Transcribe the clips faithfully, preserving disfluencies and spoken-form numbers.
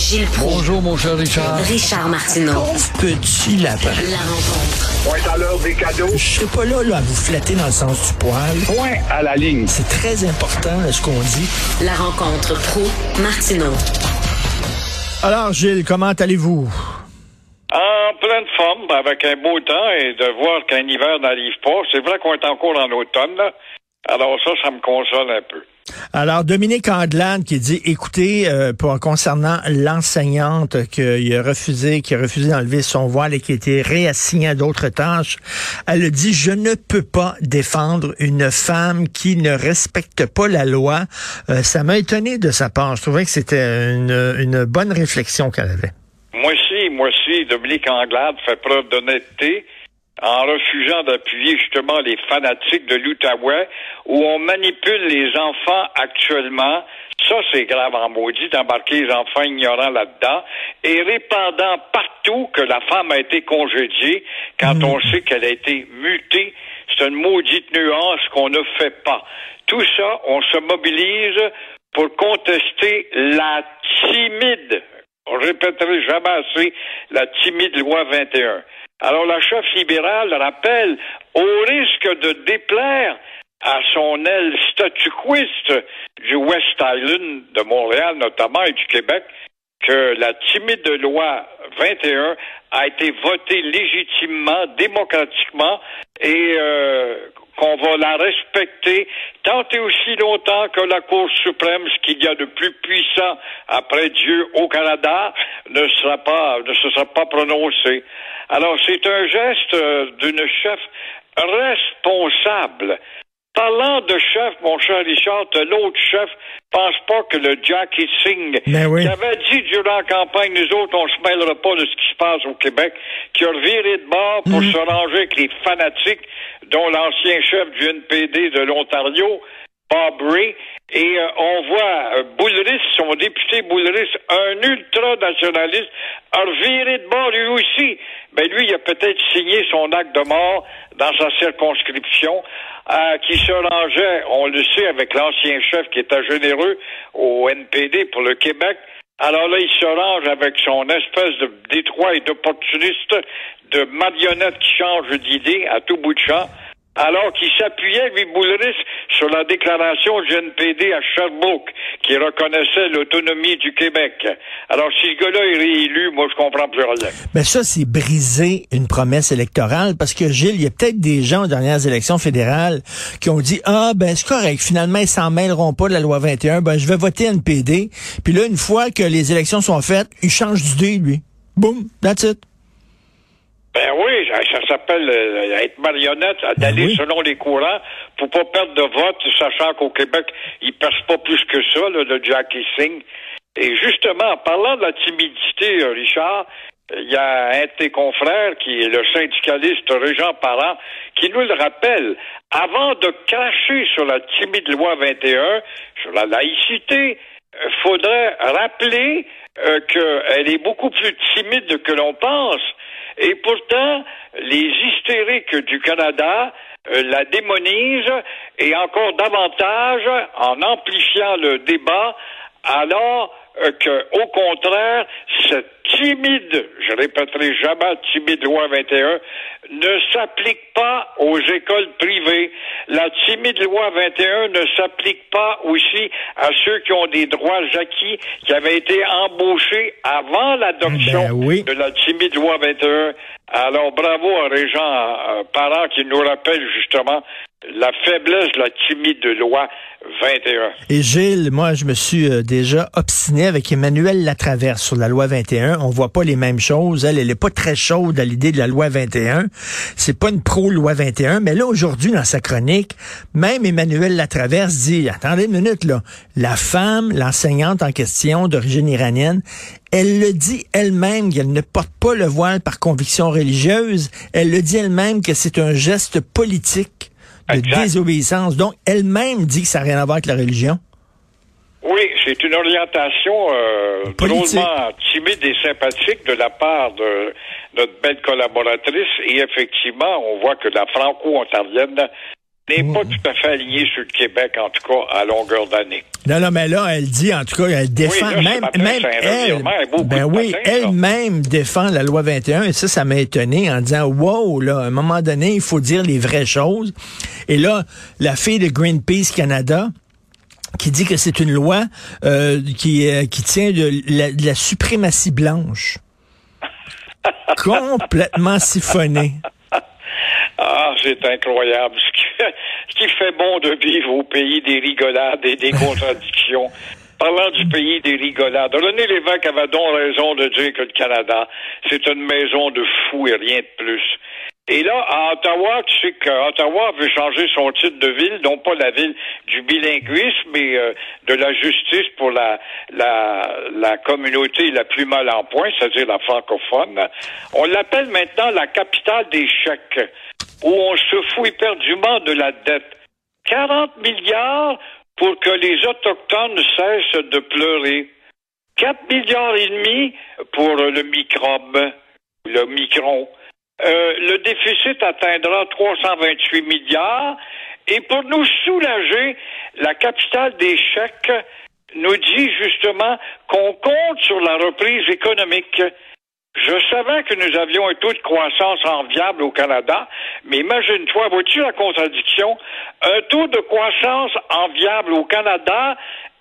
Gilles Proulx. Bonjour, mon cher Richard. Richard Martineau. Petit lapin. La rencontre. Point à l'heure des cadeaux. Je serai pas là, là à vous flatter dans le sens du poil. Point à la ligne. C'est très important, là, ce qu'on dit. La rencontre Proulx-Martineau. Alors, Gilles, comment allez-vous? En pleine forme, avec un beau temps, et de voir qu'un hiver n'arrive pas. C'est vrai qu'on est encore en automne, là. Alors ça, ça me console un peu. Alors, Dominique Anglade qui dit, écoutez, euh, pour, concernant l'enseignante qui a refusé, qui a refusé d'enlever son voile et qui a été réassignée à d'autres tâches, elle a dit, je ne peux pas défendre une femme qui ne respecte pas la loi. Euh, ça m'a étonné de sa part. Je trouvais que c'était une, une bonne réflexion qu'elle avait. Moi aussi, moi aussi, Dominique Anglade fait preuve d'honnêteté en refusant d'appuyer justement les fanatiques de l'Outaouais où on manipule les enfants actuellement. Ça, c'est grave en maudit d'embarquer les enfants ignorants là-dedans et répandant partout que la femme a été congédiée quand mmh. on sait qu'elle a été mutée. C'est une maudite nuance qu'on ne fait pas. Tout ça, on se mobilise pour contester la timide, on répéterait jamais assez, la timide loi vingt et un. Alors, la chef libérale rappelle, au risque de déplaire à son aile statuquiste du West Island, de Montréal notamment, et du Québec, que la timide loi vingt et un a été votée légitimement, démocratiquement, et euh, qu'on va la respecter tant et aussi longtemps que la Cour suprême, ce qu'il y a de plus puissant après Dieu au Canada, ne sera pas, ne se sera pas prononcé. Alors, c'est un geste euh, d'une chef responsable. Parlant de chef, mon cher Richard, l'autre chef, pense pas que le Jackie Singh, oui. qui avait dit durant la campagne, nous autres, on se mêlera pas de ce qui se passe au Québec, qui a reviré de bord pour mmh. se ranger avec les fanatiques, dont l'ancien chef du N P D de l'Ontario, Bob Ray, et euh, on voit euh, Boulris, son député Boulris, un ultra-nationaliste, a reviré de bord lui aussi. Ben lui, il a peut-être signé son acte de mort dans sa circonscription, euh, qui se rangeait, on le sait, avec l'ancien chef qui était généreux au N P D pour le Québec. Alors là, il se range avec son espèce de détroit et d'opportuniste, de marionnette qui change d'idée à tout bout de champ. Alors qu'il s'appuyait, lui, Boulris, sur la déclaration du N P D à Sherbrooke, qui reconnaissait l'autonomie du Québec. Alors, si ce gars-là est réélu, moi, je comprends plus rien. Mais ça, c'est briser une promesse électorale, parce que, Gilles, il y a peut-être des gens aux dernières élections fédérales qui ont dit, ah, ben, c'est correct, finalement, ils s'en mêleront pas de la loi vingt et un, ben, je vais voter N P D. Puis là, une fois que les élections sont faites, il change d'idée, lui. Boum, that's it. Ben oui, ça, ça s'appelle euh, être marionnette, d'aller oui. selon les courants pour pas perdre de vote, sachant qu'au Québec, ils percent pas plus que ça, là, de Jackie Singh. Et justement, en parlant de la timidité, euh, Richard, il y a un de tes confrères, qui est le syndicaliste Régent Parent, qui nous le rappelle. Avant de cracher sur la timide loi vingt et un, sur la laïcité, euh, faudrait rappeler euh, qu'elle est beaucoup plus timide que l'on pense. Et pourtant, les hystériques du Canada euh, la démonisent, et encore davantage en amplifiant le débat, alors euh, que, au contraire, cette timide, je répéterai jamais, timide loi vingt et un, ne s'applique pas aux écoles privées. La timide loi vingt et un ne s'applique pas aussi à ceux qui ont des droits acquis, qui avaient été embauchés avant l'adoption ben oui. de la timide loi vingt et un. Alors, bravo à Régent euh, Parent qui nous rappelle justement la faiblesse de la timide loi vingt et un. Et Gilles, moi, je me suis euh, déjà obstiné avec Emmanuelle Latraverse sur la loi vingt et un. On voit pas les mêmes choses. Elle, elle est pas très chaude à l'idée de la loi vingt et un. C'est pas une pro-loi vingt et un. Mais là, aujourd'hui, dans sa chronique, même Emmanuelle Latraverse dit, attendez une minute, là, la femme, l'enseignante en question d'origine iranienne, elle le dit elle-même qu'elle ne porte pas le voile par conviction religieuse. Elle le dit elle-même que c'est un geste politique de exact. désobéissance. Donc, elle-même dit que ça n'a rien à voir avec la religion. Oui, c'est une orientation euh, drôlement timide et sympathique de la part de notre belle collaboratrice. Et effectivement, on voit que la franco-ontarienne n'est pas tout à fait alignée sur le Québec, en tout cas, à longueur d'année. Non, non, mais là, elle dit, en tout cas, elle défend, oui, là, même, matin, même elle, ben oui, matin, elle-même défend la loi vingt et un, et ça, ça m'a étonné en disant, wow, là, à un moment donné, il faut dire les vraies choses. Et là, la fille de Greenpeace Canada, qui dit que c'est une loi euh, qui, euh, qui tient de la, de la suprématie blanche. Complètement siphonnée. Ah, c'est incroyable. Ce qui, fait, ce qui fait bon de vivre au pays des rigolades et des contradictions. Parlant du pays des rigolades, René Lévesque avait donc raison de dire que le Canada, c'est une maison de fous et rien de plus. Et là, à Ottawa, tu sais qu'Ottawa veut changer son titre de ville, non pas la ville du bilinguisme, mais euh, de la justice pour la, la, la communauté la plus mal en point, c'est-à-dire la francophone. On l'appelle maintenant la capitale des chèques, où on se fout éperdument de la dette. quarante milliards pour que les Autochtones cessent de pleurer. quatre milliards et demi pour le microbe, le micron. Euh, le déficit atteindra trois cent vingt-huit milliards et pour nous soulager, la capitale des chèques nous dit justement qu'on compte sur la reprise économique. Je savais que nous avions un taux de croissance enviable au Canada, mais imagine-toi, vois-tu la contradiction? Un taux de croissance enviable au Canada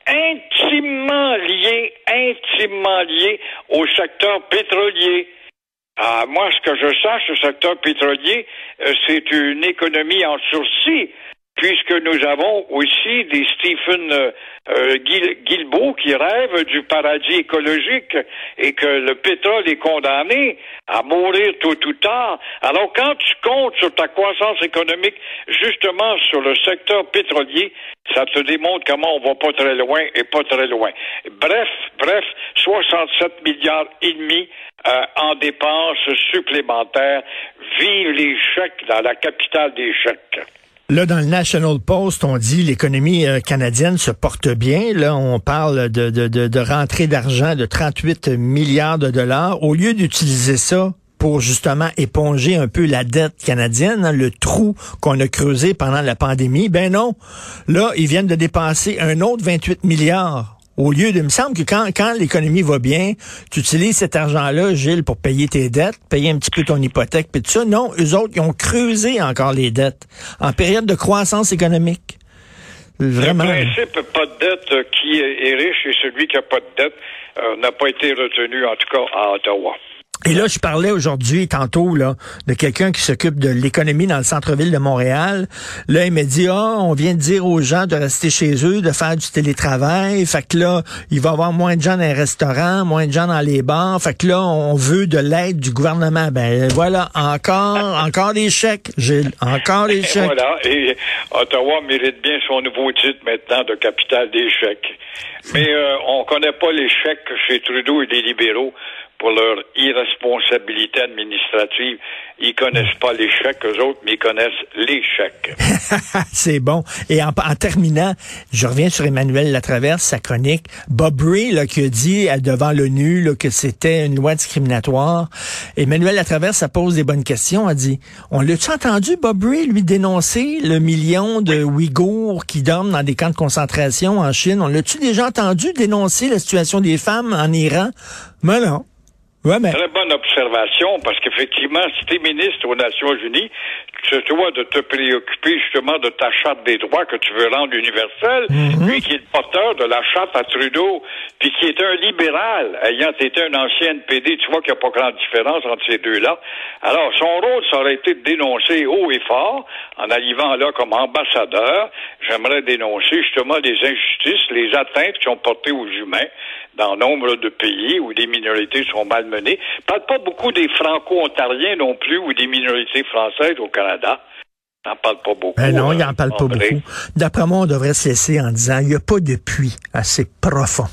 intimement lié, intimement lié au secteur pétrolier. Ah, moi, ce que je sache, le secteur pétrolier, euh, c'est une économie en sursis, puisque nous avons aussi des Stephen euh, euh, Guilbeault qui rêvent du paradis écologique et que le pétrole est condamné à mourir tôt ou tard. Alors, quand tu comptes sur ta croissance économique, justement sur le secteur pétrolier, ça te démontre comment on va pas très loin et pas très loin. Bref, bref, soixante-sept milliards et demi euh, en dépenses supplémentaires. Vive les chèques dans la capitale des chèques. Là, dans le National Post, on dit l'économie euh, canadienne se porte bien. Là, on parle de, de, de, de rentrée d'argent de trente-huit milliards de dollars. Au lieu d'utiliser ça pour justement éponger un peu la dette canadienne, hein, le trou qu'on a creusé pendant la pandémie, ben non. Là, ils viennent de dépenser un autre vingt-huit milliards. Au lieu de, il me semble que quand, quand l'économie va bien, tu utilises cet argent-là, Gilles, pour payer tes dettes, payer un petit peu ton hypothèque, puis tout ça. Non, eux autres, ils ont creusé encore les dettes en période de croissance économique. Vraiment. Le principe pas de dette, qui est riche et celui qui n'a pas de dette euh, n'a pas été retenu, en tout cas, à Ottawa. Et là, je parlais aujourd'hui, tantôt, là, de quelqu'un qui s'occupe de l'économie dans le centre-ville de Montréal. Là, il m'a dit, ah, oh, on vient de dire aux gens de rester chez eux, de faire du télétravail. Fait que là, il va y avoir moins de gens dans les restaurants, moins de gens dans les bars. Fait que là, on veut de l'aide du gouvernement. Ben, voilà, encore, encore des chèques, Gilles. Encore des chèques. Et voilà. Et Ottawa mérite bien son nouveau titre maintenant de capitale des chèques. Mais euh, on connaît pas les chèques chez Trudeau et les libéraux pour leur irresponsabilité administrative. Ils connaissent pas les chèques, eux autres, mais ils connaissent les chèques. C'est bon. Et en, en terminant, je reviens sur Emmanuel Latraverse, sa chronique. Bob Rae, là, qui a dit devant l'ONU là, que c'était une loi discriminatoire. Emmanuel Latraverse, ça pose des bonnes questions. A dit, on l'a-tu entendu, Bob Rae, lui dénoncer le million de Ouïghours qui dorment dans des camps de concentration en Chine? On l'a-tu déjà entendu dénoncer la situation des femmes en Iran? Mais non. Ouais, mais... Très bonne observation, parce qu'effectivement, si tu es ministre aux Nations Unies, tu dois de te préoccuper justement de ta charte des droits que tu veux rendre universelle, mm-hmm. Lui qui est le porteur de la charte à Trudeau, puis qui est un libéral, ayant été un ancien N P D, tu vois qu'il n'y a pas grande différence entre ces deux-là. Alors, son rôle, ça aurait été de dénoncer haut et fort, en arrivant là comme ambassadeur. J'aimerais dénoncer justement les injustices, les atteintes qui sont portées aux humains dans nombre de pays où des minorités sont malmenées. Je parle pas beaucoup des Franco-Ontariens non plus ou des minorités françaises au Canada. Il n'en parle pas beaucoup. Ben non, euh, il n'en parle pas André. beaucoup. D'après moi, on devrait se laisser en disant il n'y a pas de puits assez profond.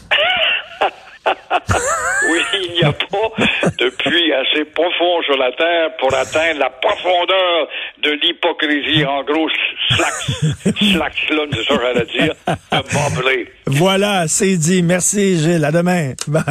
Oui, il n'y a pas de puits assez profond sur la terre pour atteindre la profondeur de l'hypocrisie. En gros, slack, slack, c'est ça que j'allais dire, de Bob Rae. Voilà, c'est dit. Merci, Gilles. À demain. Bye.